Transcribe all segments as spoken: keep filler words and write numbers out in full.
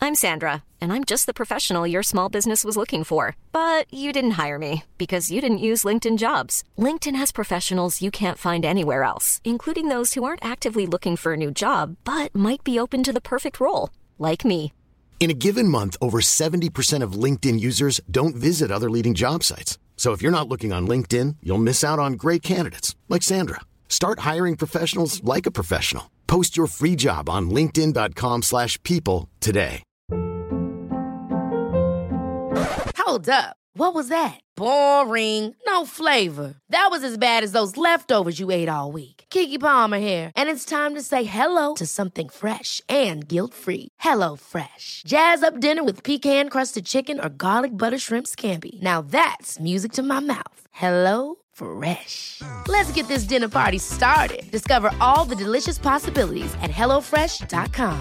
I'm Sandra, and I'm just the professional your small business was looking for. But you didn't hire me because you didn't use LinkedIn Jobs. LinkedIn has professionals you can't find anywhere else, including those who aren't actively looking for a new job, but might be open to the perfect role, like me. In a given month, over seventy percent of LinkedIn users don't visit other leading job sites. So if you're not looking on LinkedIn, you'll miss out on great candidates like Sandra. Start hiring professionals like a professional. Post your free job on linkedin.com slash people today. Hold up. What was that? Boring. No flavor. That was as bad as those leftovers you ate all week. Keke Palmer here, and it's time to say hello to something fresh and guilt-free. Hello Fresh. Jazz up dinner with pecan-crusted chicken or garlic butter shrimp scampi. Now that's music to my mouth. Hello Fresh. Let's get this dinner party started. Discover all the delicious possibilities at hello fresh dot com.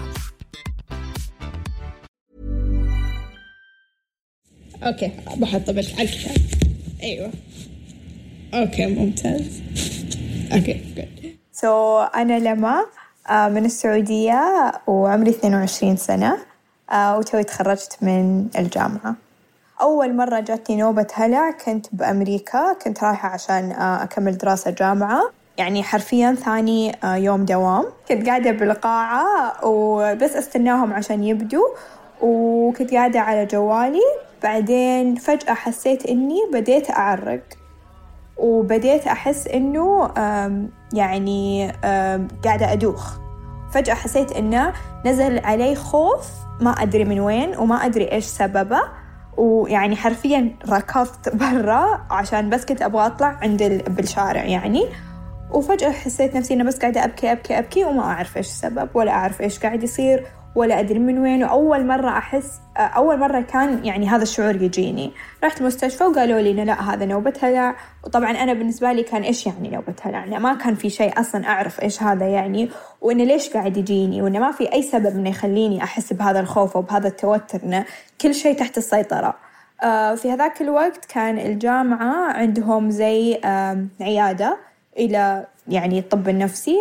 اوكي بحط بس على الكتاب. ايوه اوكي ممتاز. اوكي good. سو so, انا لما من السعوديه وعمري اثنين وعشرين سنه وتوي تخرجت من الجامعه. اول مره جاتني نوبه هلع كنت بامريكا، كنت رايحه عشان اكمل دراسه جامعه، يعني حرفيا ثاني يوم دوام. كنت قاعده بالقاعه وبس استناهم عشان يبدوا، وكنت قاعده على جوالي. بعدين فجأة حسيت إني بديت أعرق، وبديت أحس إنه يعني قاعدة أدوخ. فجأة حسيت إنه نزل علي خوف ما أدري من وين وما أدري إيش سببه، ويعني حرفياً ركضت برا عشان بس كنت أبغى أطلع عند بالشارع يعني. وفجأة حسيت نفسي إنه بس قاعدة أبكي أبكي أبكي وما أعرف إيش السبب ولا أعرف إيش قاعد يصير ولا أدري من وين. وأول مرة أحس أول مرة كان يعني هذا الشعور يجيني. رحت المستشفى وقالوا لي إنه لا هذا نوبة هلع. وطبعا أنا بالنسبة لي كان إيش يعني نوبة هلع؟ يعني ما كان في شيء أصلا أعرف إيش هذا يعني، وإنه ليش قاعد يجيني، وإنه ما في أي سبب إنه يخليني أحس بهذا الخوف وبهذا التوتر، إنه كل شيء تحت السيطرة. في هذاك الوقت كان الجامعة عندهم زي عيادة إلى يعني الطب النفسي،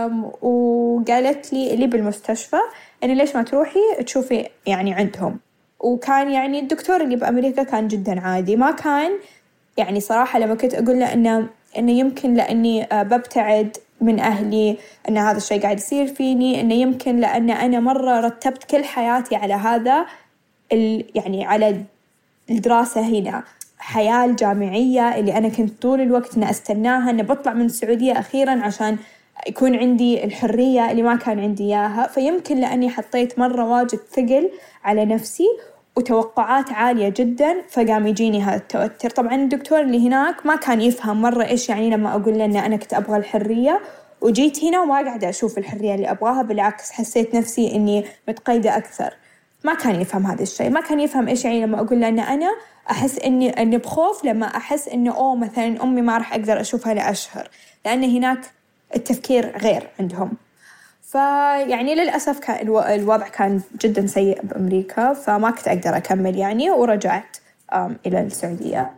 وقالت لي اللي بالمستشفى إن ليش ما تروحي تشوفي يعني عندهم. وكان يعني الدكتور اللي بأمريكا كان جدا عادي، ما كان يعني صراحة لما كنت أقول له إنه إنه يمكن لأني ببتعد من أهلي إن هذا الشيء قاعد يصير فيني، إنه يمكن لأن أنا مرة رتبت كل حياتي على هذا يعني على الدراسة هنا، حياة الجامعية اللي أنا كنت طول الوقت أنا أستناها، أن بطلع من السعودية أخيراً عشان يكون عندي الحرية اللي ما كان عندي إياها. فيمكن لأني حطيت مرة واجد ثقل على نفسي وتوقعات عالية جداً، فقام يجيني هذا التوتر. طبعاً الدكتور اللي هناك ما كان يفهم مرة إيش يعني لما أقول له أن أنا كنت أبغى الحرية، وجيت هنا وما قاعدة أشوف الحرية اللي أبغاها، بالعكس حسيت نفسي إني متقيدة أكثر. ما كان يفهم هذا الشيء، ما كان يفهم إيش يعني لما أقول له أن أنا أحس إني إني بخوف لما أحس إنه أوه مثلاً أمي ما راح أقدر أشوفها لأشهر، لأن هناك التفكير غير عندهم. فيعني للأسف كان الوضع كان جداً سيء بأمريكا، فما كنت أقدر أكمل يعني، ورجعت إلى السعودية.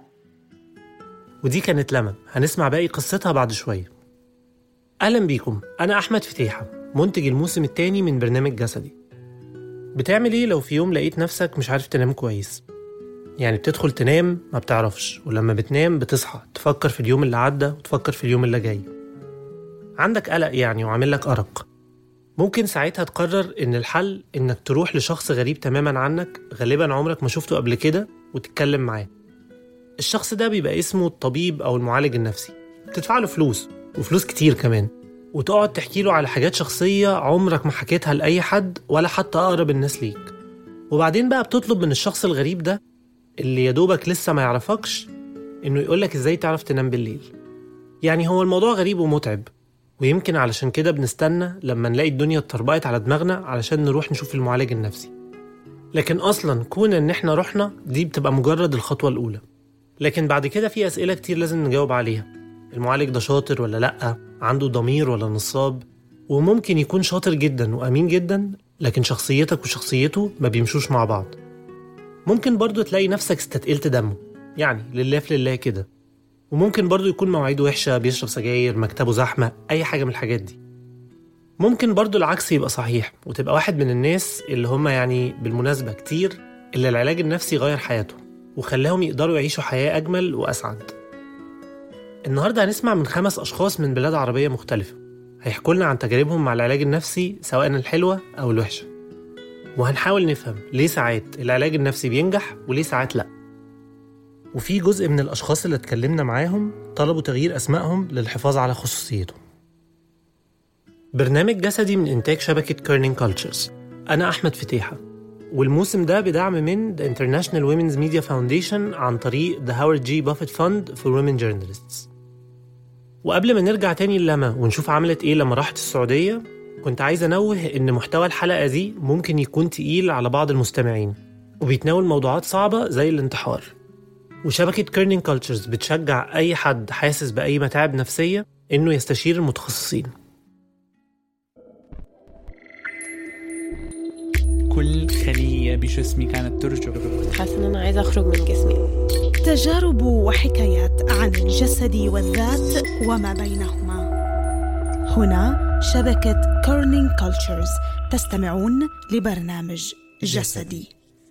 ودي كانت لمى، هنسمع باقي قصتها بعد شوية. أهلاً بيكم، أنا أحمد فتيحة، منتج الموسم الثاني من برنامج جسدي. بتعمل إيه لو في يوم لقيت نفسك مش عارف تنام كويس؟ يعني بتدخل تنام ما بتعرفش، ولما بتنام بتصحى تفكر في اليوم اللي عدى وتفكر في اليوم اللي جاي. عندك قلق يعني وعامل لك أرق. ممكن ساعتها تقرر إن الحل إنك تروح لشخص غريب تماماً عنك، غالباً عمرك ما شفته قبل كده، وتتكلم معاه. الشخص ده بيبقى اسمه الطبيب أو المعالج النفسي. بتدفع له فلوس، وفلوس كتير كمان، وتقعد تحكي له على حاجات شخصية عمرك ما حكيتها لأي حد ولا حتى أقرب الناس ليك. وبعدين بقى بتطلب من الشخص الغريب ده اللي يدوبك لسه ما يعرفكش إنه يقولك إزاي تعرف تنام بالليل. يعني هو الموضوع غريب ومتعب، ويمكن علشان كده بنستنى لما نلاقي الدنيا اتطربقت على دماغنا علشان نروح نشوف المعالج النفسي. لكن أصلاً كون إن إحنا رحنا دي بتبقى مجرد الخطوة الأولى. لكن بعد كده في أسئلة كتير لازم نجاوب عليها. المعالج ده شاطر ولا لأ؟ عنده ضمير ولا نصاب؟ وممكن يكون شاطر جدا وأمين جدا، لكن شخصيتك وشخصيته ما بيمشوش مع بعض. ممكن برضو تلاقي نفسك استتقلت دمه، يعني لله في لله كده. وممكن برضو يكون مواعيده وحشة، بيشرب سجاير، مكتبه زحمة، أي حاجة من الحاجات دي. ممكن برضو العكس يبقى صحيح، وتبقى واحد من الناس اللي هم يعني بالمناسبة كتير اللي العلاج النفسي غير حياتهم وخلاهم يقدروا يعيشوا حياة أجمل وأسعد. النهاردة هنسمع من خمس أشخاص من بلاد عربية مختلفة هيحكوا لنا عن تجاربهم مع العلاج النفسي سواء الحلوة أو الوحشة، وهنحاول نفهم ليه ساعات العلاج النفسي بينجح وليه ساعات لأ. وفي جزء من الأشخاص اللي اتكلمنا معاهم طلبوا تغيير أسمائهم للحفاظ على خصوصيتهم. برنامج جسدي من إنتاج شبكة كيرنينج كولتشرز. أنا أحمد فتيحة، والموسم ده بدعم من The International Women's Media Foundation عن طريق The Howard G. Buffett Fund for Women Journalists. وقبل ما نرجع تاني للما ونشوف عملت إيه لما راحت السعودية، كنت عايز أنوه إن محتوى الحلقة دي ممكن يكون تقيل على بعض المستمعين وبيتناول موضوعات صعبة زي الانتحار. وشبكة كيرنينج كولتشرز بتشجع أي حد حاسس بأي متاعب نفسية إنه يستشير المتخصصين. كل خلية بجسمي كانت ترجف. حاسة إن أنا عايزة أخرج من جسمي. تجارب وحكايات عن الجسد والذات وما بينهما. هنا شبكة كيرنينج كولتشرز، تستمعون لبرنامج جسدي.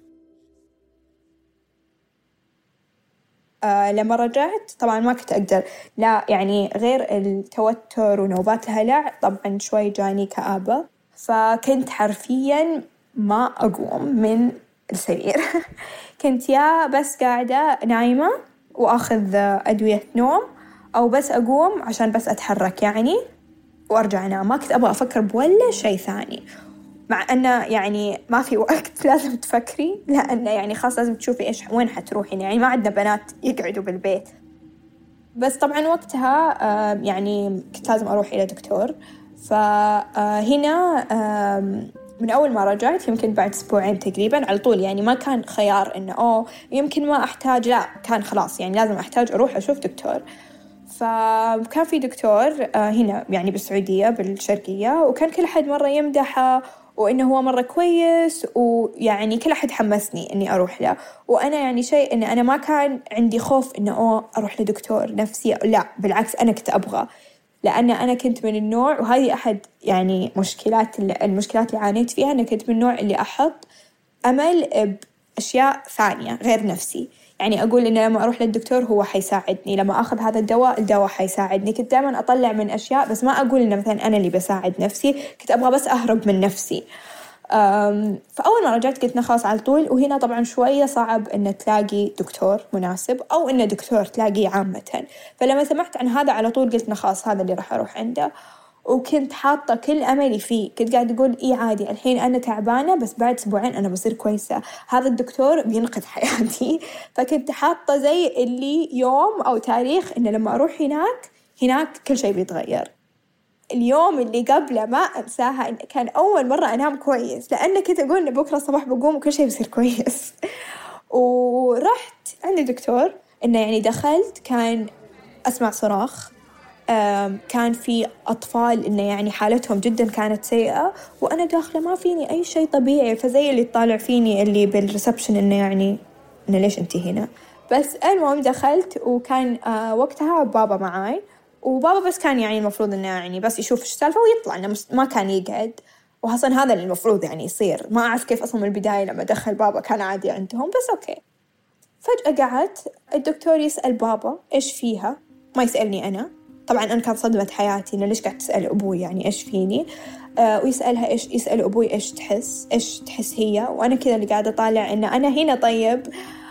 آه لما رجعت طبعا ما كنت أقدر، لا يعني غير التوتر ونوبات الهلع طبعا شوي جاني كآبة، فكنت حرفيا ما أقوم من السرير. كنت يا بس قاعدة نايمة وأخذ أدوية نوم، أو بس أقوم عشان بس أتحرك يعني وأرجع أنام. ما كنت أبغى أفكر بولا شيء ثاني، مع أنه يعني ما في وقت لازم تفكري، لأنه يعني خاص لازم تشوفي إيش وين حتروحين، يعني ما عندنا بنات يقعدوا بالبيت. بس طبعا وقتها يعني كنت لازم أروح إلى دكتور. فهنا من أول ما رجعت يمكن بعد أسبوعين تقريبا على طول، يعني ما كان خيار إنه أوه يمكن ما أحتاج، لا كان خلاص يعني لازم أحتاج أروح أشوف دكتور. فكان في دكتور هنا يعني بالسعودية بالشرقية، وكان كل حد مرة يمدحه وإنه هو مرة كويس، ويعني كل أحد حمسني إني أروح له. وأنا يعني شيء إن أنا ما كان عندي خوف إنه أوه أروح لدكتور نفسي، لا بالعكس أنا كنت أبغى، لأن أنا كنت من النوع، وهذه أحد يعني مشكلات المشكلات اللي عانيت فيها، أنا كنت من النوع اللي أحط أمل بأشياء ثانية غير نفسي. يعني أقول إن لما أروح للدكتور هو حيساعدني، لما أخذ هذا الدواء الدواء حيساعدني. كنت دائما أطلع من أشياء، بس ما أقول إن مثلا أنا اللي بساعد نفسي، كنت أبغى بس أهرب من نفسي. فأول ما رجعت قلت خلاص على طول. وهنا طبعا شوية صعب إن تلاقي دكتور مناسب، أو إن دكتور تلاقيه عامة. فلما سمعت عن هذا على طول قلت خلاص هذا اللي راح أروح عنده. وكنت حاطة كل أملي فيه، كنت قاعد أقول إيه عادي الحين أنا تعبانة، بس بعد أسبوعين أنا بصير كويسة، هذا الدكتور بينقذ حياتي. فكنت حاطة زي اللي يوم أو تاريخ إن لما أروح هناك هناك كل شيء بيتغير. اليوم اللي قبله ما أنساها، إن كان أول مرة أنام كويس، لأن كنت أقول إن بكرة الصباح بقوم وكل شيء بيصير كويس. ورحت عند دكتور، إنه يعني دخلت كان أسمع صراخ، كان في أطفال إنه يعني حالتهم جدا كانت سيئة، وأنا داخلة ما فيني أي شيء طبيعي. فزي اللي طالع فيني اللي بالريسبشن إنه يعني إنه ليش أنتي هنا. بس المهم دخلت، وكان وقتها بابا معاي، وبابا بس كان يعني المفروض إنه يعني بس يشوف إيش السالفة ويطلع، إنه ما كان يقعد. وحصل هذا اللي المفروض يعني يصير. ما أعرف كيف أصلا من البداية لما دخل بابا كان عادي عندهم، بس أوكي. فجأة قعدت الدكتور يسأل بابا إيش فيها، ما يسألني أنا. طبعا أنا كان صدمة حياتي إنه ليش قاعد تسأل أبوي يعني إيش فيني. آه ويسألها إيش، يسأل أبوي إيش تحس إيش تحس هي، وأنا كذا اللي قاعدة طالع إنه أنا هنا. طيب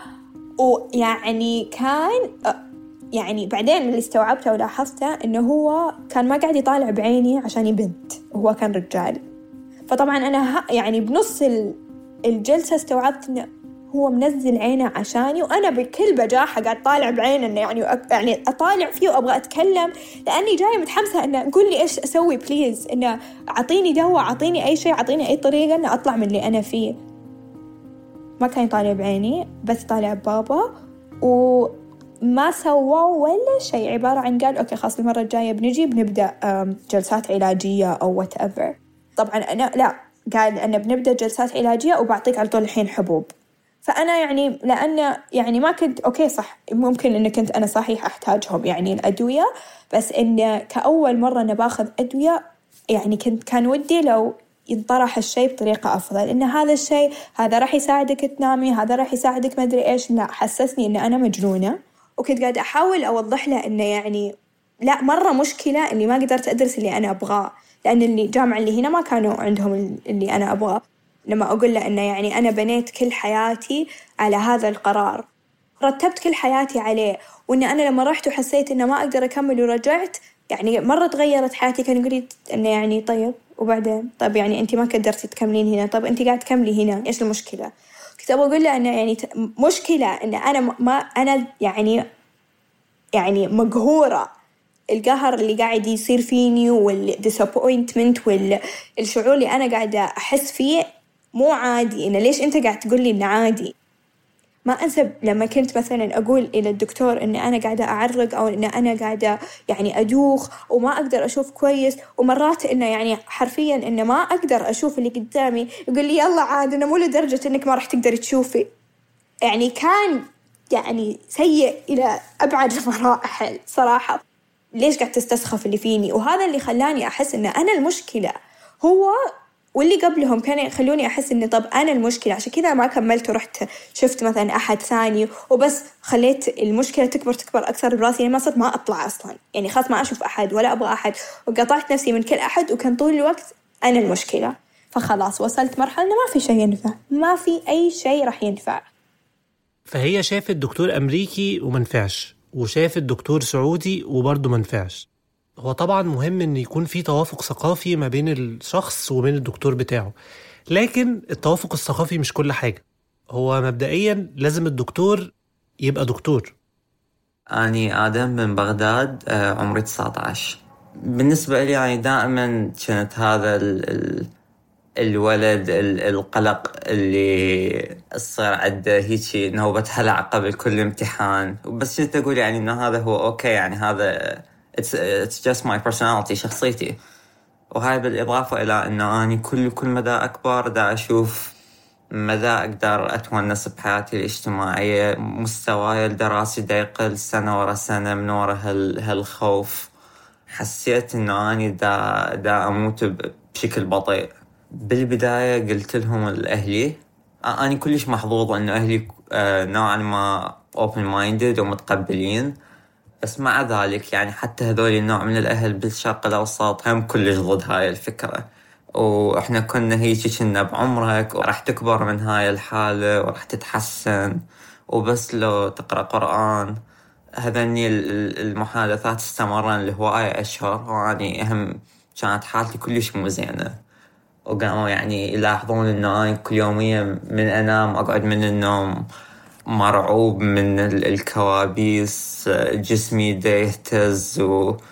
ويعني كان آه يعني بعدين اللي استوعبته ولاحظته إنه هو كان ما قاعد يطالع بعيني عشان بنت، وهو كان رجال. فطبعا أنا يعني بنص الجلسة استوعبت إنه هو منزل عينه عشاني، وأنا بكل بجاحة قاعد طالع بعينه إنه يعني يعني أطالع فيه وأبغى أتكلم، لأني جاية متحمسة إنه قول لي إيش أسوي بليز، إنه أعطيني دواء، أعطيني أي شيء، أعطيني أي طريقة إنه أطلع من اللي أنا فيه. ما كان يطالع بعيني، بس طالع بابا، وما سوى ولا شيء. عبارة عن قال أوكي خلاص المرة الجاية بنجي بنبدأ جلسات علاجية أو whatever. طبعا أنا لا، قال أنا بنبدأ جلسات علاجية وبعطيك على طول الحين حبوب. فأنا يعني لأن يعني ما كنت أوكي صح، ممكن إن كنت أنا صحيح أحتاجهم يعني الأدوية، بس إن كأول مرة أنا باخذ أدوية يعني كنت كان ودي لو ينطرح الشيء بطريقة أفضل، إن هذا الشيء هذا راح يساعدك تنامي، هذا راح يساعدك ما أدري إيش. لا، حسسني إن أنا مجنونة. وكنت قاعدة أحاول أوضح له إنه يعني لا، مرة مشكلة إني ما قدرت أدرس اللي أنا أبغاه، لأن اللي جامعة اللي هنا ما كانوا عندهم اللي أنا أبغاه. لما أقول له إنه يعني أنا بنيت كل حياتي على هذا القرار، رتبت كل حياتي عليه، وإن أنا لما رحت وحسيت إنه ما أقدر أكمل ورجعت يعني مرة تغيرت حياتي. كان يقولي إنه يعني طيب وبعدين، طيب يعني أنت ما قدرتي تكملين هنا، طيب أنت قاعد تكملي هنا، إيش المشكلة؟ كنت أبغى أقول له إنه يعني مشكلة إن أنا ما أنا يعني يعني مقهورة. القهر اللي قاعد يصير فيني والديسابوينتمنت والشعور اللي أنا قاعدة أحس فيه مو عادي. إنه ليش أنت قاعد تقول لي إنه عادي؟ ما أنسى لما كنت مثلا أقول إلى الدكتور إن أنا قاعدة أعرق، أو إن أنا قاعدة يعني أدوخ وما أقدر أشوف كويس، ومرات إنه يعني حرفيا إنه ما أقدر أشوف اللي قدامي، يقول لي يلا عاد، أنا مو لدرجة إنك ما راح تقدر تشوفي. يعني كان يعني سيء إلى أبعد المراحل صراحة. ليش قاعد تستسخف اللي فيني؟ وهذا اللي خلاني أحس إن أنا المشكلة. هو واللي قبلهم كانوا يخلوني أحس إن طب أنا المشكلة، عشان كذا ما كملت ورحت شفت مثلا أحد ثاني، وبس خليت المشكلة تكبر تكبر أكثر براسي. يعني ما صرت ما أطلع أصلا، يعني خلاص ما أشوف أحد ولا أبغى أحد، وقطعت نفسي من كل أحد، وكان طول الوقت أنا المشكلة. فخلاص وصلت مرحلة إنه ما في شيء ينفع، ما في أي شيء راح ينفع. فهي شافت دكتور أمريكي ومنفعش، وشافت دكتور سعودي وبرضه منفعش. هو طبعا مهم إن يكون في توافق ثقافي ما بين الشخص وبين الدكتور بتاعه، لكن التوافق الثقافي مش كل حاجة. هو مبدئيا لازم الدكتور يبقى دكتور. أنا آدم من بغداد، عمري تسعة عشر. بالنسبة لي يعني دائما كانت هذا ال ال الولد القلق اللي صار عنده هيجي نوبة هلع قبل كل امتحان، وبس كنت أقول يعني إنه هذا هو أوكي، يعني هذا it's, it's just my personality، شخصيتي. وهاي بالإضافة إلى إنه أنا كل كل مدى أكبر دا أشوف مدى أقدر أتونس بحياتي الاجتماعية، مستواي الدراسي دا يقل سنة ورا سنة من ورا هال هالخوف. حسيت إنه أنا دا دا أموت بشكل بطيء. بالبداية قلت لهم الأهلي، أنا كلش محظوظ إنه أهلي نوعا ما open minded ومتقبلين، بس مع ذلك يعني حتى هذول النوع من الأهل بالشرق الأوسط هم كلش ضد هاي الفكرة. وإحنا كنا هيك كنا بعمرك وراح تكبر من هاي الحالة وراح تتحسن، وبس لو تقرأ قرآن. هذني المحادثات استمرن لهواية أشهر، وأني أهم كانت حالتي كلش مو زينة. وقاموا يعني يلاحظون إنه أنا كل يوميا من أنام أقعد من النوم مرعوب من الكوابيس، جسمي دا يهتز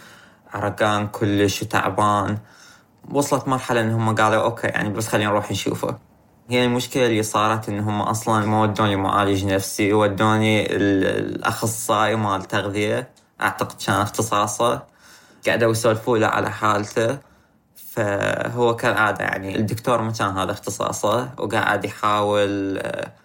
وعرقان كلش وتعبان. وصلت مرحلة إنهم قالوا أوكي يعني بس خلينا نروح نشوفه. هي المشكلة اللي صارت إنهم أصلاً ما ودوني معالج نفسي، ودوني الأخصائي مال تغذية، أعتقد كان اختصاصه، قاعدوا يسولفوا له على حالته. فهو كالعادة يعني الدكتور ما كان هذا اختصاصه، وقاعد يحاول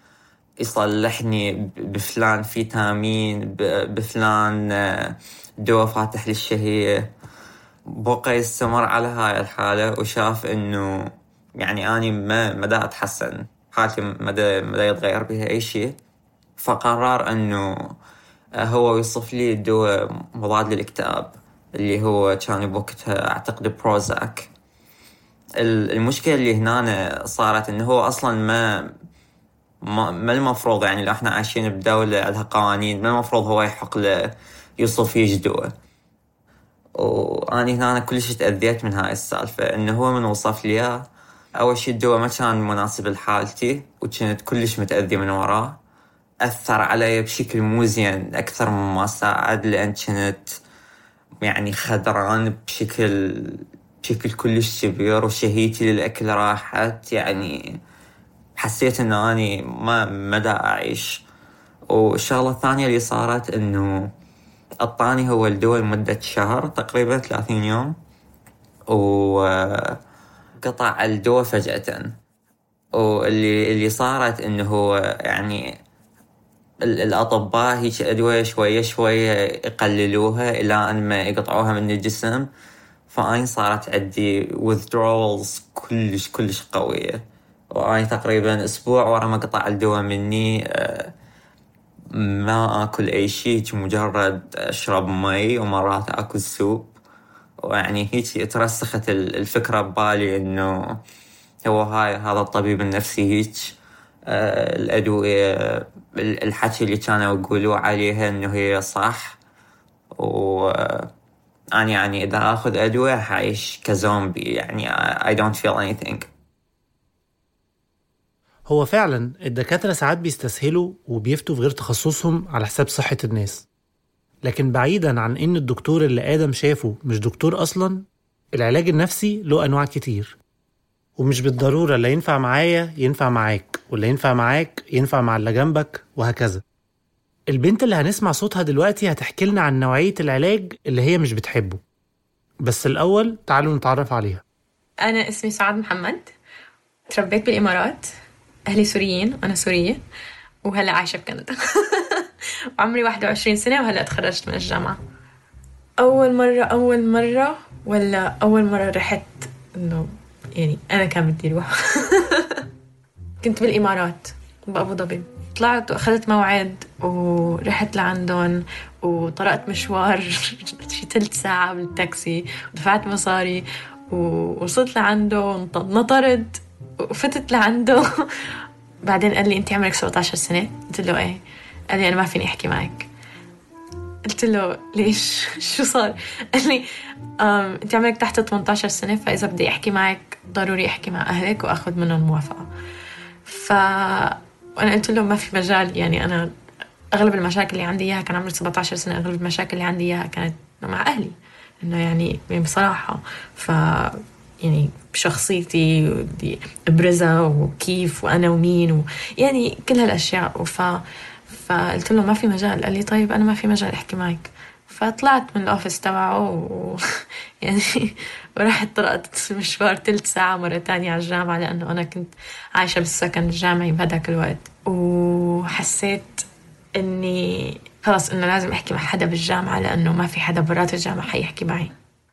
يصلحني بفلان فيتامين، بفلان دواء فاتح للشهية. بقى يستمر على هاي الحالة، وشاف إنه يعني أنا ما مدى أتحسن، حالتي مدى مدى يتغير بها أي شيء. فقرر إنه هو يصف لي دواء مضاد للاكتئاب اللي هو كان بوقتها أعتقد بروزاك. المشكلة اللي هنا صارت إنه هو أصلاً ما ما المفروض، يعني لو إحنا عايشين بدولة عندها قوانين، ما المفروض هو يحق له يوصف فيه دواء. وأنا هنا أنا كلش تأذيت من هاي السالفة، إنه هو من وصف لي أول شيء الدواء ما كان مناسب لحالتي، وكنت كلش متأذي من وراه. أثر علي بشكل مو زين أكثر مما ساعد، لأن كنت يعني خدران بشكل بشكل كلش كبير، وشهيتي للأكل راحت. يعني حسيت إنه أنا ما مدى أعيش. والشغلة الثانية اللي صارت إنه أعطاني هو الدواء لمدة شهر تقريبا ثلاثين يوم، وقطع الدواء فجأة. واللي اللي صارت إنه هو يعني الأطباء هيك أدوية شوية شوية يقللوها إلى أن ما يقطعوها من الجسم. فأنا صارت عندي withdrawals كلش كلش قوية، وأنا تقريبا أسبوع ورا ما قطع الدواء مني ما أكل أي شيء، مجرد أشرب مي ومرات أكل سوب. ويعني هيك ترسخت الفكرة ببالي إنه هو هاي هذا الطبيب النفسي هيك آه الأدوية الحكي اللي كانوا يقولوا عليها إنه هي صح، وأنا يعني إذا أخذ أدوية حعيش كزومبي، يعني I don't feel anything. هو فعلا الدكاترة ساعات بيستسهلوا وبيفتوا في غير تخصصهم على حساب صحة الناس، لكن بعيدا عن إن الدكتور اللي آدم شافه مش دكتور أصلا، العلاج النفسي له أنواع كتير، ومش بالضرورة اللي ينفع معايا ينفع معاك، واللي ينفع معاك ينفع مع اللي جنبك، وهكذا. البنت اللي هنسمع صوتها دلوقتي هتحكي لنا عن نوعية العلاج اللي هي مش بتحبه، بس الأول تعالوا نتعرف عليها. أنا اسمي سعاد محمد، تربيت بالإمارات، أهلي سوريين، أنا سورية، وهلأ عايشة بكندا. وعمري واحد وعشرين سنة، وهلأ تخرجت من الجامعة. أول مرة أول مرة ولا أول مرة رحت إنه يعني أنا كان بدي أروح. كنت بالإمارات بأبو ظبي، طلعت وأخذت موعد ورحت لعندهم وطرقت مشوار شي ثلث ساعة بالتاكسي، ودفعت مصاري ووصلت لعنده، نطرت وفتت لعنده. بعدين قال لي أنت عمرك سبعة عشر سنة؟ قلت له إيه. قال لي أنا ما فيني أحكي معك. قلت له ليش؟ شو صار؟ قال لي أنت عمرك تحت ثمانية عشر سنة، فإذا بدي أحكي معك ضروري أحكي مع أهلك وأخذ منهم موافقة. ف وأنا قلت له ما في مجال، يعني أنا أغلب المشاكل اللي عندي إياها كان عمري سبعة عشر سنة، أغلب المشاكل اللي عندي إياها كانت مع أهلي، إنه يعني بصراحة ف يعني بشخصيتي ودي أبرزها وكيف وأنا ومين و... يعني كل هالأشياء. وف... فقلت له ما في مجال. قال لي طيب أنا ما في مجال أحكي معك. فطلعت من الأوفيس تبعه و... يعني ورحت طرقت مشوار ثلث ساعة مرة تانية على الجامعة، لأنه أنا كنت عايشة بالسكن الجامعي بهداك الوقت، وحسيت إني خلاص إنه لازم أحكي مع حدا بالجامعة، لأنه ما في حدا برات الجامعة حيحكي معي.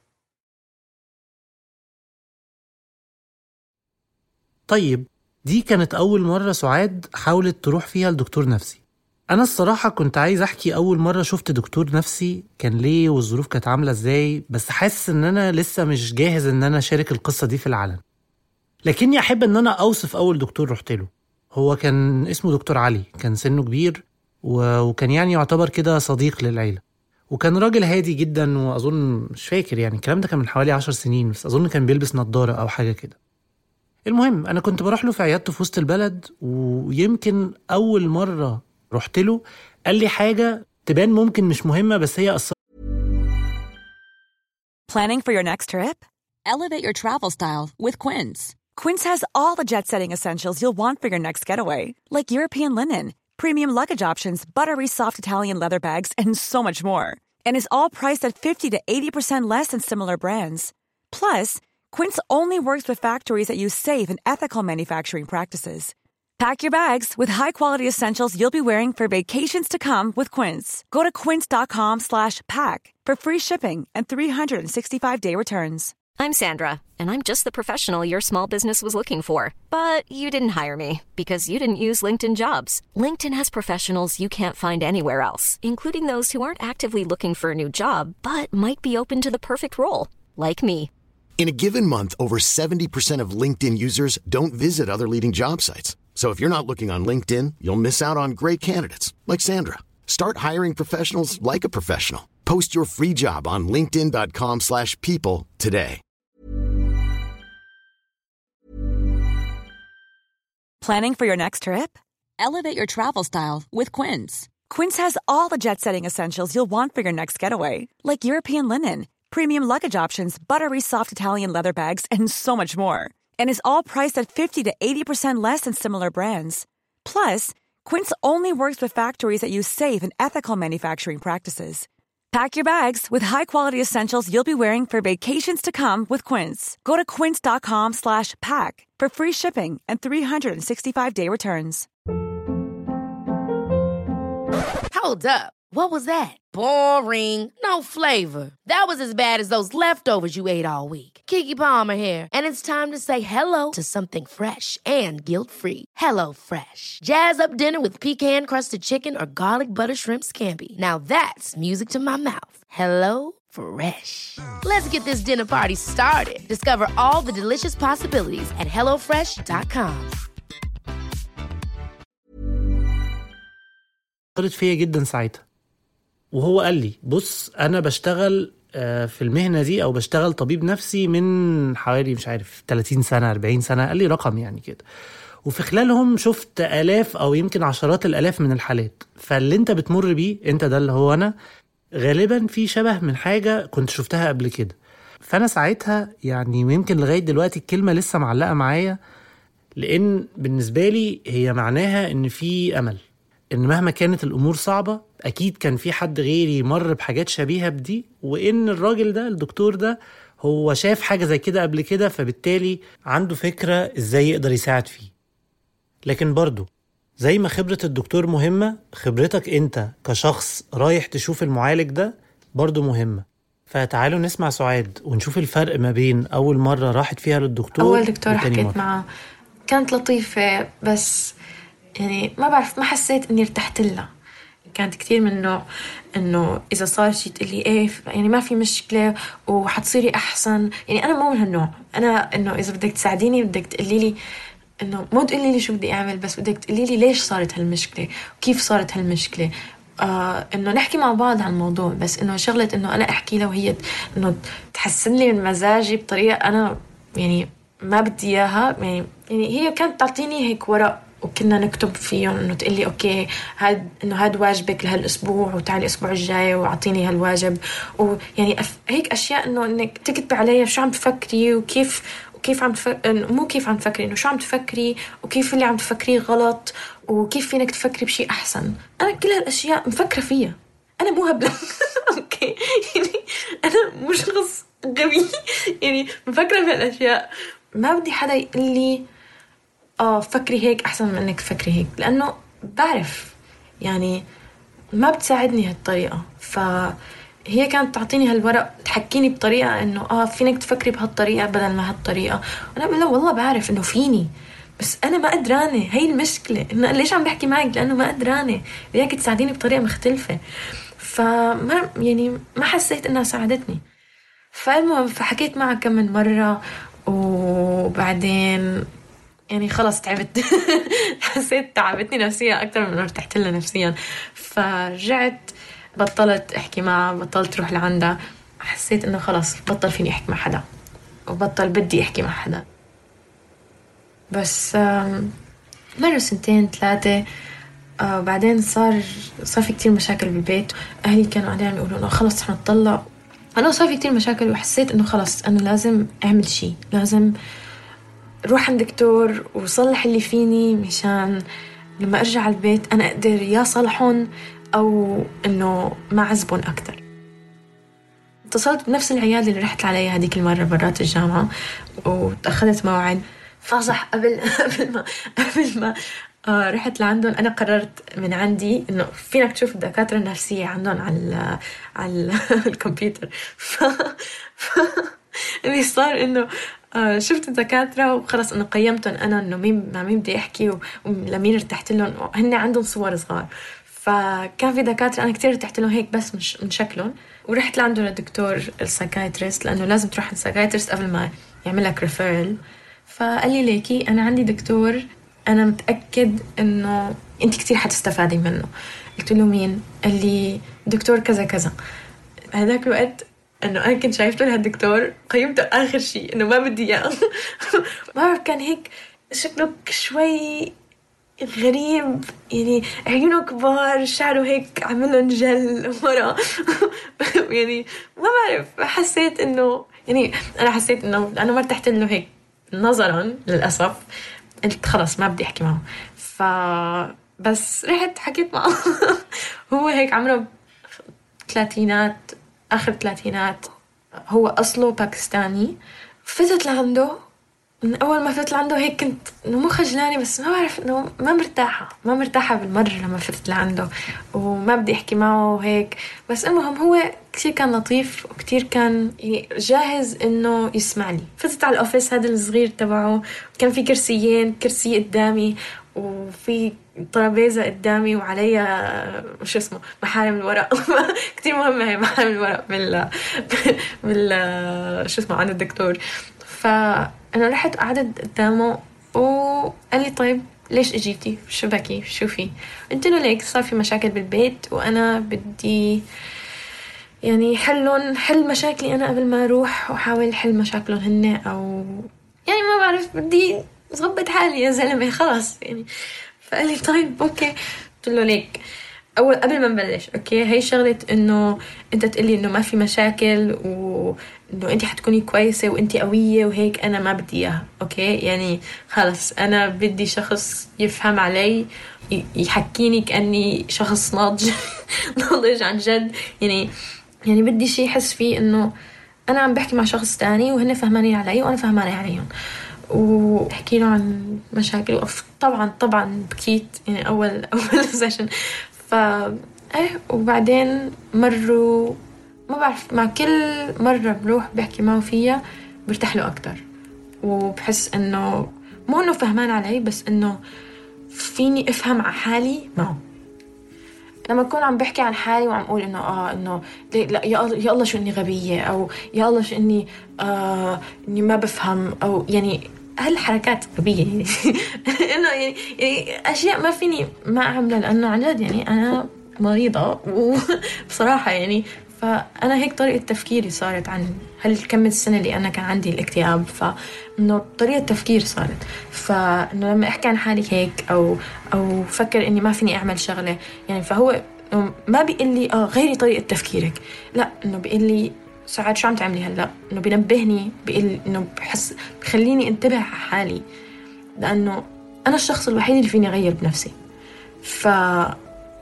طيب دي كانت أول مرة سعاد حاولت تروح فيها لدكتور نفسي. أنا الصراحة كنت عايز أحكي أول مرة شفت دكتور نفسي كان ليه والظروف كانت عاملة إزاي، بس حاسس إن أنا لسه مش جاهز إن أنا أشارك القصة دي في العلن. لكني أحب إن أنا أوصف أول دكتور رحت له. هو كان اسمه دكتور علي، كان سنه كبير وكان يعني يعتبر كده صديق للعيلة، وكان راجل هادي جدا، وأظن مش فاكر يعني الكلام ده كان من حوالي عشر سنين، بس أظن كان بيلبس نظارة أو حاجة كده. المهم أنا كنت بروح له في عيادته في وسط البلد، ويمكن أول مرة رحت له قال لي حاجة تبان ممكن مش مهمة، بس هي أصلا. Planning for your next trip? Elevate your travel style with Quince. Quince has all the jet-setting essentials you'll want for your next getaway, like European linen, premium luggage options, buttery soft Italian leather bags, and so much more. And is all priced at fifty to eighty percent less than similar brands. Plus, Quince only works with factories that use safe and ethical manufacturing practices. Pack your bags with high-quality essentials you'll be wearing for vacations to come with Quince. Go to quince.com slash pack for free shipping and three sixty-five day returns. I'm Sandra, and I'm just the professional your small business was looking for. But you didn't hire me because you didn't use LinkedIn Jobs. LinkedIn has professionals you can't find anywhere else, including those who aren't actively looking for a new job, but might be open to the perfect role, like me. In a given month, over seventy percent of LinkedIn users don't visit other leading job sites. So if you're not looking on LinkedIn, you'll miss out on great candidates like Sandra. Start hiring professionals like a professional. Post your free job on linkedin.com slash people today. Planning for your next trip? Elevate your travel style with Quince. Quince has all the jet-setting essentials you'll want for your next getaway, like European linen, premium luggage options, buttery soft Italian leather bags, and so much more. And is all priced at fifty to eighty percent less than similar brands. Plus, Quince only works with factories that use safe and ethical manufacturing practices. Pack your bags with high-quality essentials you'll be wearing for vacations to come with Quince. Go to quince.com slash pack for free shipping and three sixty-five day returns. Hold up. What was that? Boring. No flavor. That was as bad as those leftovers you ate all week. Keke Palmer here, and it's time to say hello to something fresh and guilt-free. Hello Fresh. Jazz up dinner with pecan-crusted chicken or garlic butter shrimp scampi. Now that's music to my mouth. Hello Fresh. Let's get this dinner party started. Discover all the delicious possibilities at hello fresh dot com. قدرت فيا جدا ساعتها، وهو قال لي بص أنا بشتغل في المهنة دي أو بشتغل طبيب نفسي من حوالي مش عارف ثلاثين سنة أربعين سنة، قال لي رقم يعني كده، وفي خلالهم شفت آلاف أو يمكن عشرات الآلاف من الحالات. فاللي انت بتمر بيه انت ده اللي هو أنا غالبا في شبه من حاجة كنت شفتها قبل كده. فأنا ساعتها يعني ويمكن لغاية دلوقتي الكلمة لسه معلقة معايا، لأن بالنسبة لي هي معناها إن في أمل، إن مهما كانت الأمور صعبة أكيد كان في حد غيري مر بحاجات شبيهة بدي، وإن الراجل ده الدكتور ده هو شاف حاجة زي كده قبل كده، فبالتالي عنده فكرة إزاي يقدر يساعد فيه. لكن برضو زي ما خبرة الدكتور مهمة، خبرتك أنت كشخص رايح تشوف المعالج ده برضو مهمة. فتعالوا نسمع سعاد ونشوف الفرق ما بين أول مرة راحت فيها للدكتور. أول دكتور حكيت مرة. معه كانت لطيفة، بس يعني ما بعرف ما حسيت إني ارتحت لها. كانت كتير من نوع إنه إذا صار شيء تقولي إيه يعني ما في مشكلة وحتصيري أحسن. يعني أنا مو من هالنوع. أنا إنه إذا بدك تساعديني بدك تقولي لي إنه مو تقولي لي شو بدي أعمل، بس بدك تقولي لي ليش صارت هالمشكلة وكيف صارت هالمشكلة. آه إنه نحكي مع بعض عن الموضوع، بس إنه شغلة إنه أنا أحكي لها وهي إنه تحسن لي من مزاجي بطريقة أنا يعني ما بدي إياها. يعني يعني هي كانت تعطيني هيك ورق وكنا نكتب فيهم إنه تقلي أوكي هاد إنه هاد واجبك لهالأسبوع وتعالي الأسبوع الجاي وعطيني هالواجب، ويعني أف... هيك أشياء إنه إنك تكتب عليها شو عم تفكري وكيف وكيف عم تفكري، مو كيف عم تفكري، إنه شو عم تفكري وكيف اللي عم تفكريه غلط وكيف فينك تفكري بشيء أحسن. أنا كل هالأشياء مفكرة فيها، أنا مو هبلة أوكي يعني أنا مو شخص غبي يعني مفكرة بهالأشياء. ما بدي حدا يقول لي آه فكري هيك أحسن من إنك تفكري هيك، لأنه بعرف يعني ما بتساعدني هالطريقة. فهي كانت تعطيني هالورق تحكيني بطريقة إنه آه فينك تفكري بهالطريقة بدل ما هالطريقة، وأنا بقول له والله بعرف إنه فيني، بس أنا ما قدرانة. هاي المشكلة إنه ليش عم بحكي معك، لأنه ما قدرانة، بدك تساعديني بطريقة مختلفة. فما يعني ما حسيت إنها ساعدتني. فالمهم فحكيت معها كم من مرة، وبعدين يعني خلاص تعبت حسيت تعبتني نفسيا أكتر من ارتحت لها نفسيا. فرجعت بطلت أحكي معها، بطلت روح لعندها. حسيت إنه خلاص بطل فيني أحكي مع حدا وبطل بدي أحكي مع حدا. بس مرة سنتين ثلاثة آه بعدين صار صار في كتير مشاكل بالبيت. أهلي كانوا عليهم يقولوا إنه خلاص حنطلع. أنا صار في كتير مشاكل وحسيت إنه خلاص أنا لازم أعمل شيء، لازم روح عند دكتور وصلح اللي فيني مشان لما أرجع البيت أنا أقدر يا صلحون أو إنه ما عزبون أكتر. اتصلت بنفس العيادة اللي رحت عليها هذيك المرة برات الجامعة وتأخذت موعد. فصح قبل قبل ما قبل ما آه رحت لعندهم أنا قررت من عندي إنه فينك تشوف الدكاترة النفسية عندهم على على الكمبيوتر. ف... ف... اللي صار إنه آه شفت الدكاترة وخلص إنه قيمتهم أنا إنه مين مع مين بدي أحكي ولمين ارتحت لهم، وهن عندهم صور صغار. فكان في دكاترة أنا كتير ارتحت لهم هيك بس مش من شكلهم، ورحت لعنده للدكتور السايكايتريست لأنه لازم تروح عند السايكايتريست قبل ما يعمل لك ريفيرل. فقال لي ليكي أنا عندي دكتور أنا متأكد إنه أنت كتير حتستفادي منه. قلت له مين؟ قال لي دكتور كذا كذا. هذاك الوقت إنه أنا كنت شايفته لهالدكتور قيمته آخر شيء إنه ما بدي إياه ما بعرف كان هيك شكله شوي غريب، يعني عيونه كبار، شعره هيك عملهم جل مرة يعني ما بعرف. حسيت إنه يعني أنا حسيت إنه أنا ما ارتحت له هيك نظرا للأسف. قلت خلاص ما بدي أحكي معه. فبس رحت حكيت معه هو هيك عمره ثلاثينات آخر ثلاثينات، هو أصله باكستاني. فتت لعنده من أول ما فتت لعنده هيك كنت إنه مو خجلانة، بس ما بعرف إنه ما مرتاحة ما مرتاحة بالمرة لما فتت لعنده، وما بدي أحكي معه وهيك. بس المهم هو كتير كان لطيف وكتير كان يعني جاهز إنه يسمع لي. فتت على الأوفيس هذا الصغير تبعه، كان في كرسيين، كرسي قدامي وفي طرابيزة قدامي وعليها شو اسمه محارم الورق. كتير مهمة هي محارم الورق بال بال شو اسمه عند الدكتور. فأنا رحت قعدت قدامه وقال لي طيب ليش اجيتي؟ شو بكي؟ شو في؟ قلت له ليك صار في مشاكل بالبيت وأنا بدي يعني حلهم، حل مشاكلي أنا قبل ما أروح وحاول حل مشاكلهم هن، أو يعني ما بعرف بدي أضبط حالي يا زلمة خلاص يعني. فقال لي طيب أوكي. قلت له ليك أول قبل ما نبلش أوكي هاي شغلة إنه أنت تقولي إنه ما في مشاكل وإنه أنت حتكوني كويسة وأنت قوية وهيك، أنا ما بدي إياها أوكي. يعني خلص أنا بدي شخص يفهم علي، يحكيني كأني شخص ناضج ناضج عن جد. يعني يعني بدي شيء يحس فيه إنه أنا عم بحكي مع شخص تاني وهن فهمانين علي وأنا فهماني عليهم، وحكي له عن مشاكل. طبعا طبعا بكيت يعني أول أول سيشن. فا إيه وبعدين مروا ما بعرف مع كل مرة بروح بحكي معه فيها برتاح له أكتر، وبحس إنه مو إنه فهمان علي بس إنه فيني أفهم على حالي معه. لما أكون عم بحكي عن حالي وعم أقول إنه آه إنه لا يا الله يا الله شو إني غبية، أو يا الله شو إني آه إني ما بفهم، أو يعني هالحركات غبية يعني إنه يعني, يعني أشياء ما فيني ما أعملها لأنه عن جد يعني أنا مريضة وبصراحة يعني. فأنا هيك طريقة تفكيري صارت عن هالكم السنة اللي أنا كان عندي الاكتئاب، فإنه طريقة تفكير صارت. فإنه لما أحكي عن حالي هيك أو أو فكر إني ما فيني أعمل شغلة يعني، فهو ما بيقول لي آه غيري طريقة تفكيرك، لا إنه بيقول لي سعاد شو عم تعملي هلا، إنه بينبهني، بيقول إنه بحس بخليني انتبه على حالي، لأنه أنا الشخص الوحيد اللي فيني أغير بنفسي. فأنا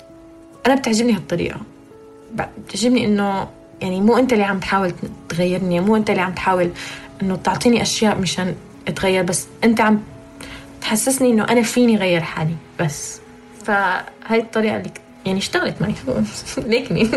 بتعجبني هالطريقة، بتعجبني إنه يعني مو أنت اللي عم تحاول تغيرني، مو أنت اللي عم تحاول إنه تعطيني أشياء مشان أتغير، بس أنت عم تحسسني إنه أنا فيني غير حالي بس. فهاي الطريقة اللي يعني اشتغلت معي ليكني.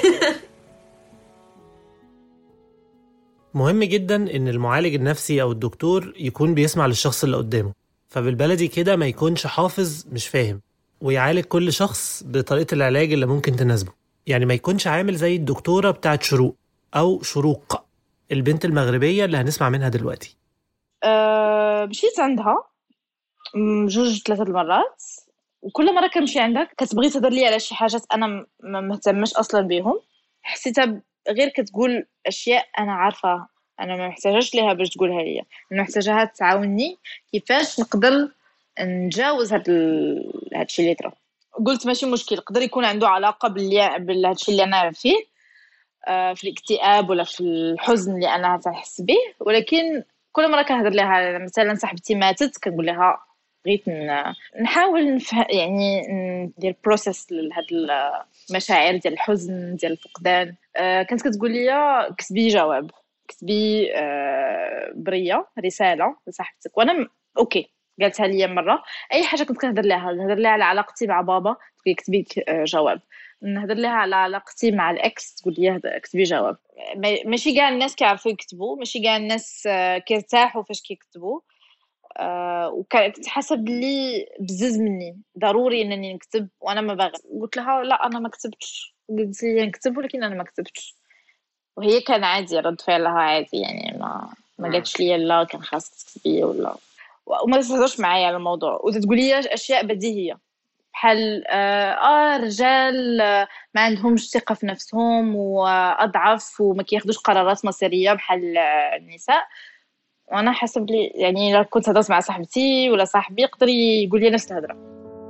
مهم جدا إن المعالج النفسي أو الدكتور يكون بيسمع للشخص اللي قدامه، فبالبلدي كده ما يكونش حافظ مش فاهم، ويعالج كل شخص بطريقة العلاج اللي ممكن تناسبه. يعني ما يكونش عامل زي الدكتورة بتاعت شروق أو شروق البنت المغربية اللي هنسمع منها دلوقتي. أه مشيت عندها جوج ثلاثة المرات، وكل مرة كمشي عندك كتبغي تهضر لي على شي حاجات أنا ما مهتمش أصلا بيهم، حسيتها غير كتقول أشياء أنا عارفة أنا ما محتاجاش ليها باش تقولها لي، أنا محتاجها تعاوني كيفاش نقدر نجاوز هاد ال... هادشي اللي طرا. قلت ماشي مشكل، قدر يكون عنده علاقة باللي بالهادشي اللي أنا فيه آه في الاكتئاب ولا في الحزن اللي أنا تحس به، ولكن كل مرة كنهضر لها مثلا صاحبتي ماتت كنقول لها بغيت نحاول نفهم يعني ندير بروسيس لهاد المشاعر ديال الحزن ديال الفقدان. آه كانت كتقول لي كتبي جواب، كتبي آه بريه رساله لصاحبتك، وانا م... اوكي قالتها لي مره. اي حاجه كنت كنهضر لها نهضر لها على علاقتي مع بابا تقول كتبي جواب، نهضر لها على علاقتي مع الاكس تقول لي كتبي جواب. ماشي كاع الناس كيعرفوا يكتبوا، ماشي كاع الناس كيرتاحوا فاش كيكتبوا. أه وكنت حسب لي بزز مني ضروري انني نكتب وانا ما باغي. قلت لها لا انا ما كتبتش، قلت لي نكتب ولكن انا ما كتبتش، وهي كان عادي رد فعلها عادي يعني ما ما قالتش لي لا كان خاصك تكتبي ولا وما تهضرش معايا على الموضوع. وتقول لي اشياء بديهيه بحال اه رجال آه ما عندهمش ثقه في نفسهم واضعف وما كياخذوش قرارات مصيريه بحال آه النساء. وانا حسب لي يعني لو كنت هضرت مع صاحبتي ولا صاحبي يقدر يقول لي نفس الهضره.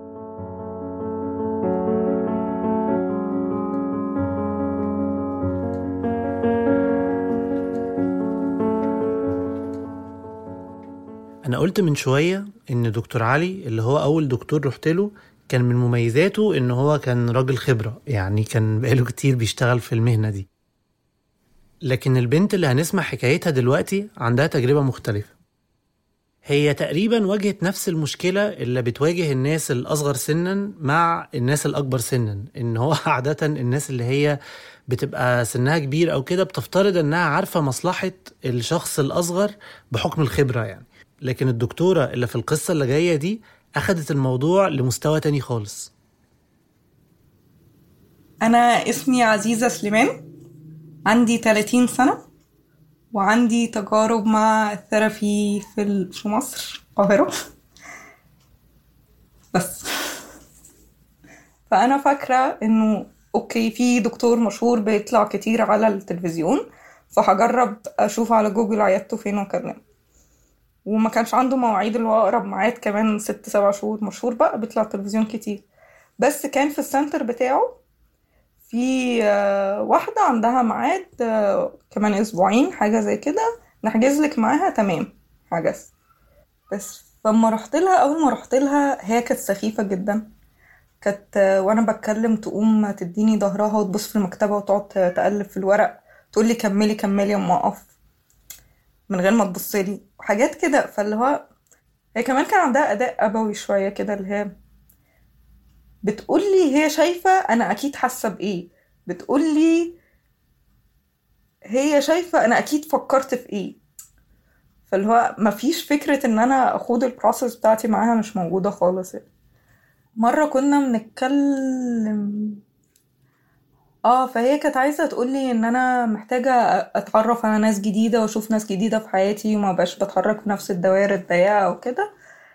انا قلت من شويه ان دكتور علي اللي هو اول دكتور رحت له كان من مميزاته ان هو كان راجل خبره، يعني كان بقاله كتير بيشتغل في المهنه دي. لكن البنت اللي هنسمع حكايتها دلوقتي عندها تجربة مختلفة. هي تقريبا واجهت نفس المشكلة اللي بتواجه الناس الأصغر سنا مع الناس الأكبر سنا، إن هو عادة الناس اللي هي بتبقى سنها كبير أو كده بتفترض إنها عارفة مصلحة الشخص الأصغر بحكم الخبرة يعني. لكن الدكتورة اللي في القصة اللي جاية دي أخدت الموضوع لمستوى تاني خالص. أنا اسمي عزيزة سليمان، عندي ثلاثين سنة وعندي تجارب مع الثيرابي في في مصر القاهرة بس. فأنا فاكرة إنه أوكي في دكتور مشهور بيطلع كتير على التلفزيون، فهجرب أشوف على جوجل عيادته فين وكلم. وما كانش عنده مواعيد، اللي هو أقرب ميعاد كمان ست سبع شهور، مشهور بقى بيطلع التلفزيون كتير. بس كان في السنتر بتاعه في واحدة عندها ميعاد كمان أسبوعين حاجة زي كده، نحجز لك معاها. تمام حجز. بس فما رحت لها، أول ما رحت لها هي كانت سخيفة جدا. كانت وانا بتكلم تقوم تديني ظهرها وتبص في المكتبة وتقعد تقلب في الورق، تقول لي كملي كملي اما اقف من غير ما تبص لي وحاجات كده. فاللي هو هي كمان كان عندها اداء ابوي شويه كده، اللي هي بتقول لي هي شايفه انا اكيد حاسه بايه، بتقول لي هي شايفه انا اكيد فكرت في ايه. فاللي هو مفيش فكره ان انا اخد البروسس بتاعتي معاها، مش موجوده خالص. مره كنا بنتكلم اه فهي كانت عايزه تقولي ان انا محتاجه اتعرف على ناس جديده واشوف ناس جديده في حياتي وما بقاش بتحرك في نفس الدوائر الضيقه وكده.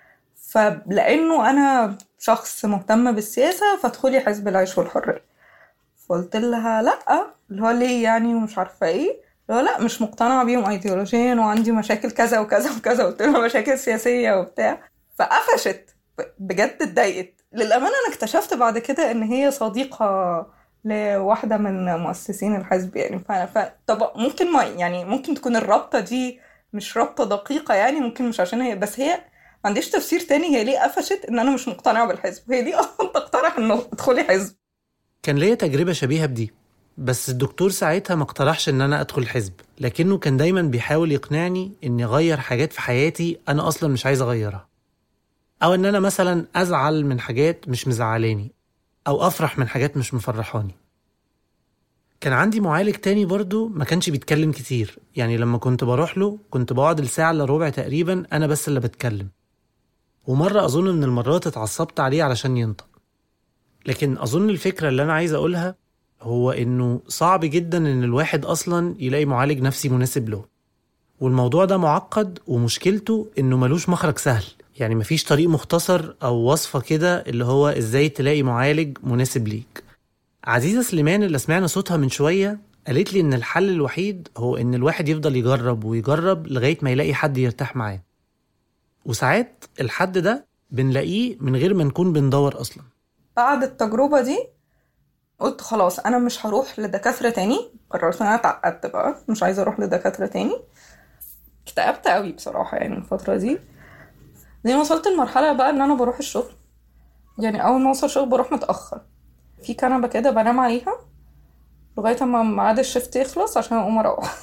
فلانه انا شخص مهتم بالسياسه فادخلي حزب العيش والحريه. فقلت لها لا، اللي هو ليه يعني ومش عارفه ايه، اللي هو لا مش مقتنعه بيهم ايديولوجيا وعندي مشاكل كذا وكذا وكذا. قلت لها مشاكل سياسيه وبتاع، فقفشت بجد، اتضايقت. للامانه انا اكتشفت بعد كده ان هي صديقه لواحدة من مؤسسين الحزب يعني. ف... طب ممكن ما يعني ممكن تكون الرابطة دي مش رابطة دقيقة يعني، ممكن مش عشان هي، بس هي ما عنديش تفسير تاني هي ليه قفشت ان انا مش مقتنعة بالحزب. هي ليه اصلا تقترح انه ادخلي حزب؟ كان ليا تجربة شبيهة بدي، بس الدكتور ساعتها ما اقترحش ان انا ادخل حزب، لكنه كان دايما بيحاول يقنعني اني اغير حاجات في حياتي انا اصلا مش عايز اغيرها، او ان انا مثلا ازعل من حاجات مش مزعلاني، أو أفرح من حاجات مش مفرحاني. كان عندي معالج تاني برضو ما كانش بيتكلم كتير، يعني لما كنت بروح له كنت بقعد الساعة لربع تقريبا أنا بس اللي بتكلم. ومرة أظن من المرات اتعصبت عليه علشان ينطق. لكن أظن الفكرة اللي أنا عايز أقولها هو إنه صعب جدا إن الواحد أصلا يلاقي معالج نفسي مناسب له، والموضوع ده معقد، ومشكلته إنه ملوش مخرج سهل. يعني مفيش طريق مختصر أو وصفة كده اللي هو إزاي تلاقي معالج مناسب ليك. عزيزة سليمان اللي سمعنا صوتها من شوية قالت لي إن الحل الوحيد هو إن الواحد يفضل يجرب ويجرب لغاية ما يلاقي حد يرتاح معاه. وساعات الحد ده بنلاقيه من غير ما نكون بندور أصلا. بعد التجربة دي قلت خلاص أنا مش هروح لدكاترة تاني. قررت أنا اتعقدت بقى، مش عايزة أروح لدكاترة تاني. اكتئبت قوي بصراحة يعني الفترة دي. زي ما وصلت المرحلة بقى إن أنا بروح الشغل، يعني أول ما أوصل الشغل بروح متأخر في كنبة كده بنام عليها لغاية ما ميعاد الشفت يخلص عشان أقوم أروح.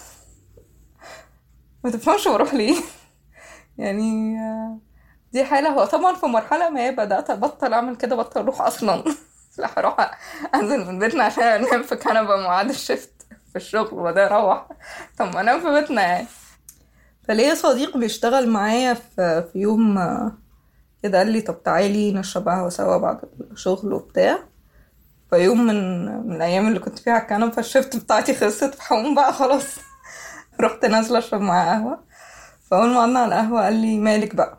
ما تفهمش بروح ليه يعني. دي حالة، هو طبعا في مرحلة ما بدأت أبطل أعمل كده، بطل أروح أصلا. لا هروح أنزل من بيتنا عشان أنام في كنبة ميعاد الشفت في الشغل وده أروح. طب ما أنام في بيتنا يعني. فليه صديق بيشتغل معايا في في يوم كده قال لي طب تعالي نشرب قهوة سوا بعد الشغل وبتاع. فيوم من من الأيام اللي كنت فيها على الكنبة فالشفت بتاعتي خلصت، فحوم بقى خلاص. رحت نازلة أشرب معاه قهوة. فأول ما قعدنا على القهوة قال لي مالك بقى؟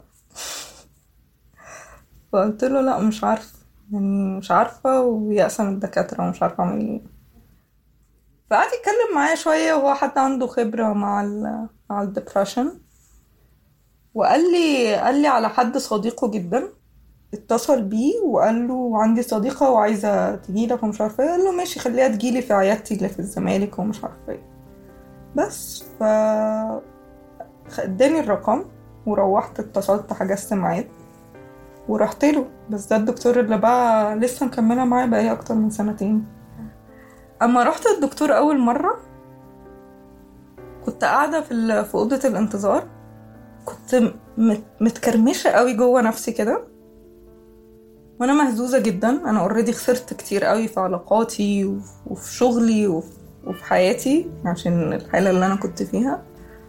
فقلت له لا مش عارفة يعني، مش عارفة ويأسة من الدكاترة ومش عارفة أعمل إيه. فقعد يتكلم معايا شوية وهو حد عنده خبرة مع ال مع الدبريشن، وقال لي قال لي على حد صديقه جدا اتصل بيه وقال له عندي صديقة وعايزة تجيلك ومش عارفة ايه. قال له ماشي خليها تجيلي في عيادتي اللي في الزمالك ومش عارفة ايه. بس ف اداني الرقم وروحت اتصلت حجزت معاه ورحت له. بس ده الدكتور اللي بقى لسه مكملة معاه بقى اكتر من سنتين. اما رحت الدكتور اول مرة كنت قاعدة في في أوضة الانتظار، كنت متكرمشة قوي جوه نفسي كده، وانا مهزوزة جدا. انا اوريدي خسرت كتير قوي في علاقاتي وفي شغلي وفي حياتي عشان الحالة اللي انا كنت فيها،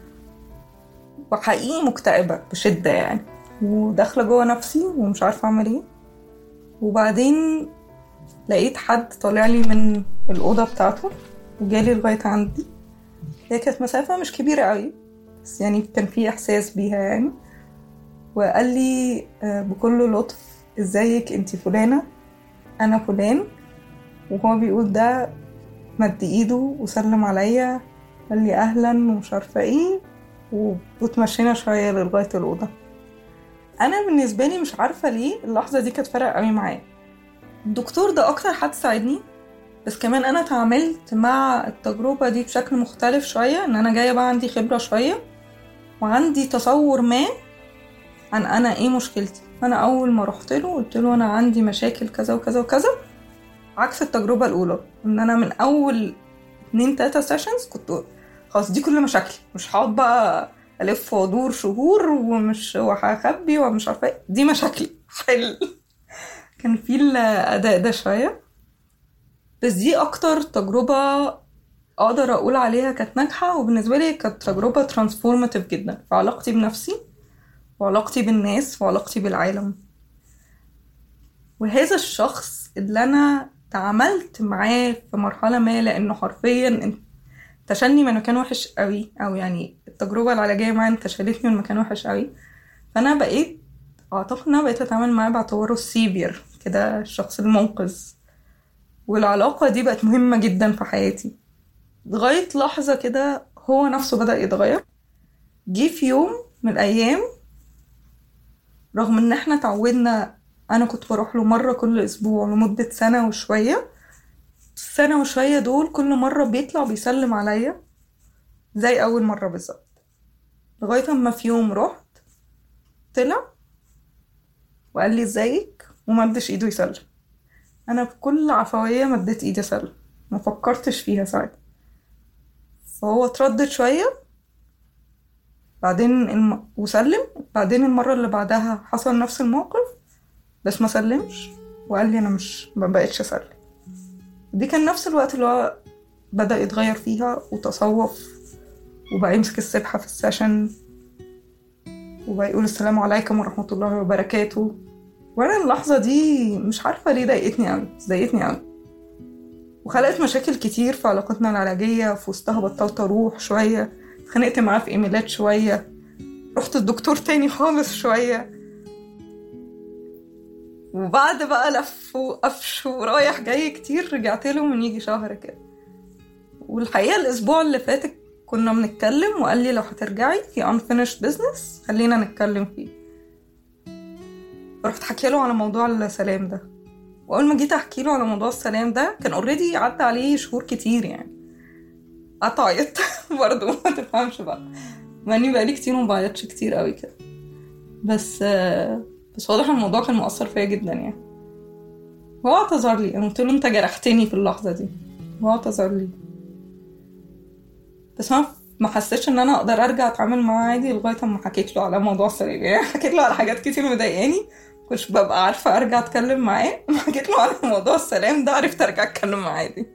وحقيقي مكتئبة بشدة يعني، وداخلة جوه نفسي ومش عارفة اعمل ايه. وبعدين لقيت حد طالع لي من الأوضة بتاعته وجالي لغاية عندي. هي كانت مسافة مش كبيرة قوي بس يعني كان في إحساس بيها يعني. وقال لي بكل لطف ازيك انتي فلانة، أنا فلان. وهو بيقول ده مد ايده وسلم عليا، قال لي أهلا ومش عارفة ايه، وتمشينا شوية لغاية الأوضة. أنا بالنسبة لي مش عارفة ليه اللحظة دي كانت فرق قوي معايا. الدكتور ده أكتر حد ساعدني، بس كمان أنا تعاملت مع التجربة دي بشكل مختلف شوية، إن أنا جاية بقى عندي خبرة شوية وعندي تصور ما عن أنا إيه مشكلتي. فأنا أول ما رحت له قلت له أنا عندي مشاكل كذا وكذا وكذا، عكس التجربة الأولى إن أنا من أول اتنين تلاتة سيشنز كنت خلاص دي كل مشاكلي، مش هقعد بقى ألف ودور شهور ومش وهخبي ومش عارفة دي مشاكلي حل. كان في الأداء ده شوية، بس دي أكتر تجربة أقدر أقول عليها كانت ناجحة، وبالنسبة لي كانت تجربة ترانسفورماتيف جدا في علاقتي بنفسي وعلاقتي بالناس وعلاقتي بالعالم. وهذا الشخص اللي أنا تعاملت معاه في مرحلة ما، لأنه حرفيا انتشلني من مكان وحش قوي، أو يعني التجربة العلاجية معاه انتشلتني من مكان وحش قوي. فأنا بقيت أعتقد أنا بقيت أتعامل معاه باعتباره السيبير كده، الشخص المنقذ. والعلاقة دي بقت مهمة جدا في حياتي لغاية لحظة كده هو نفسه بدأ يتغير. جي في يوم من الأيام، رغم ان احنا تعودنا، انا كنت بروح له مرة كل اسبوع لمدة سنة وشوية، سنة وشوية دول كل مرة بيطلع بيسلم عليا زي اول مرة بالظبط، لغاية اما في يوم رحت طلع وقال لي ازيك ومدش ايده يسلم. انا بكل عفوية مدت ايدي اسلم، ما فكرتش فيها ساعتها. فهو اتردد شوية بعدين الم... وسلم. بعدين المرة اللي بعدها حصل نفس الموقف بس ما سلمش وقال لي انا مش ما بقتش اسلم. دي كان نفس الوقت اللي هو بدأ يتغير فيها وتصوف، وبقى يمسك السبحة في السيشن وبقى يقول السلام عليكم ورحمة الله وبركاته. وانا اللحظة دي مش عارفة ليه ضايقتني قوي، ضايقتني قوي وخلقت مشاكل كتير في علاقتنا العلاجية. في وسطها بطلت اروح شوية، اتخانقت معاه في ايميلات شوية، رحت الدكتور تاني خالص شوية، وبعد بقى لف وقفش ورايح جاي كتير رجعت له من يجي شهر كده. والحقيقة الاسبوع اللي فات كنا بنتكلم وقال لي لو هترجعي في unfinished business خلينا نتكلم فيه. رحت حكي له على موضوع السلام ده، واول ما جيت احكي له على موضوع السلام ده كان اوريدي عدى عليه شهور كتير يعني. قطعت برضه ما تفهمش بقى، مع اني بقالي كتير ما بعيطش كتير قوي كده، بس بس واضح الموضوع كان مؤثر فيا جدا يعني. هو اعتذر لي، انا قلت له انت جرحتني في اللحظه دي، هو اعتذر لي، بس انا ما حسيتش ان انا اقدر ارجع اتعامل معاه عادي لغايه اما حكيت له على موضوع السلام. يعني حكيت له على حاجات كتير مضايقاني كنتش ببقى عارفه ارجع اتكلم معاه، حكيت له على موضوع السلام ده عرفت ارجع اتكلم معاه عادي.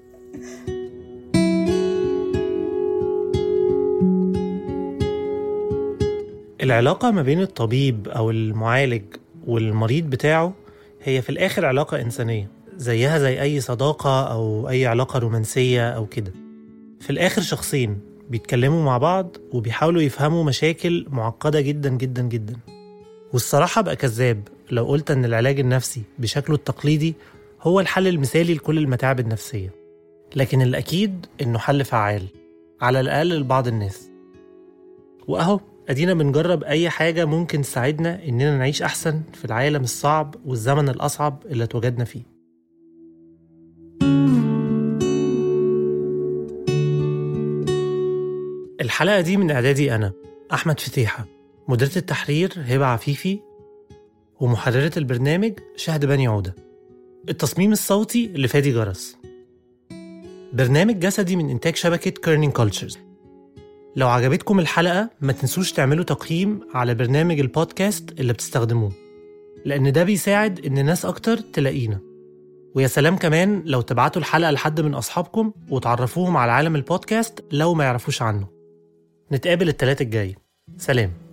العلاقة ما بين الطبيب أو المعالج والمريض بتاعه هي في الآخر علاقة إنسانية، زيها زي أي صداقة أو أي علاقة رومانسية أو كده. في الآخر شخصين بيتكلموا مع بعض وبيحاولوا يفهموا مشاكل معقدة جدا جدا جدا. والصراحة بقى كذاب لو قلت أن العلاج النفسي بشكله التقليدي هو الحل المثالي لكل المتاعب النفسية، لكن الأكيد إنه حل فعال على الأقل لبعض الناس. وأهو أدينا بنجرب أي حاجة ممكن تساعدنا إننا نعيش أحسن في العالم الصعب والزمن الأصعب اللي اتوجدنا فيه. الحلقة دي من إعدادي أنا أحمد فتيحة، مديرة التحرير هبة عفيفي، ومحررة البرنامج شهد بني عودة. التصميم الصوتي لفادي جرس. برنامج جسدي من إنتاج شبكة كيرنينج كولتشرز. لو عجبتكم الحلقة ما تنسوش تعملوا تقييم على برنامج البودكاست اللي بتستخدموه، لأن ده بيساعد إن ناس أكتر تلاقينا. ويا سلام كمان لو تبعتوا الحلقة لحد من أصحابكم وتعرفوهم على عالم البودكاست لو ما يعرفوش عنه. نتقابل الثلاث الجاي. سلام.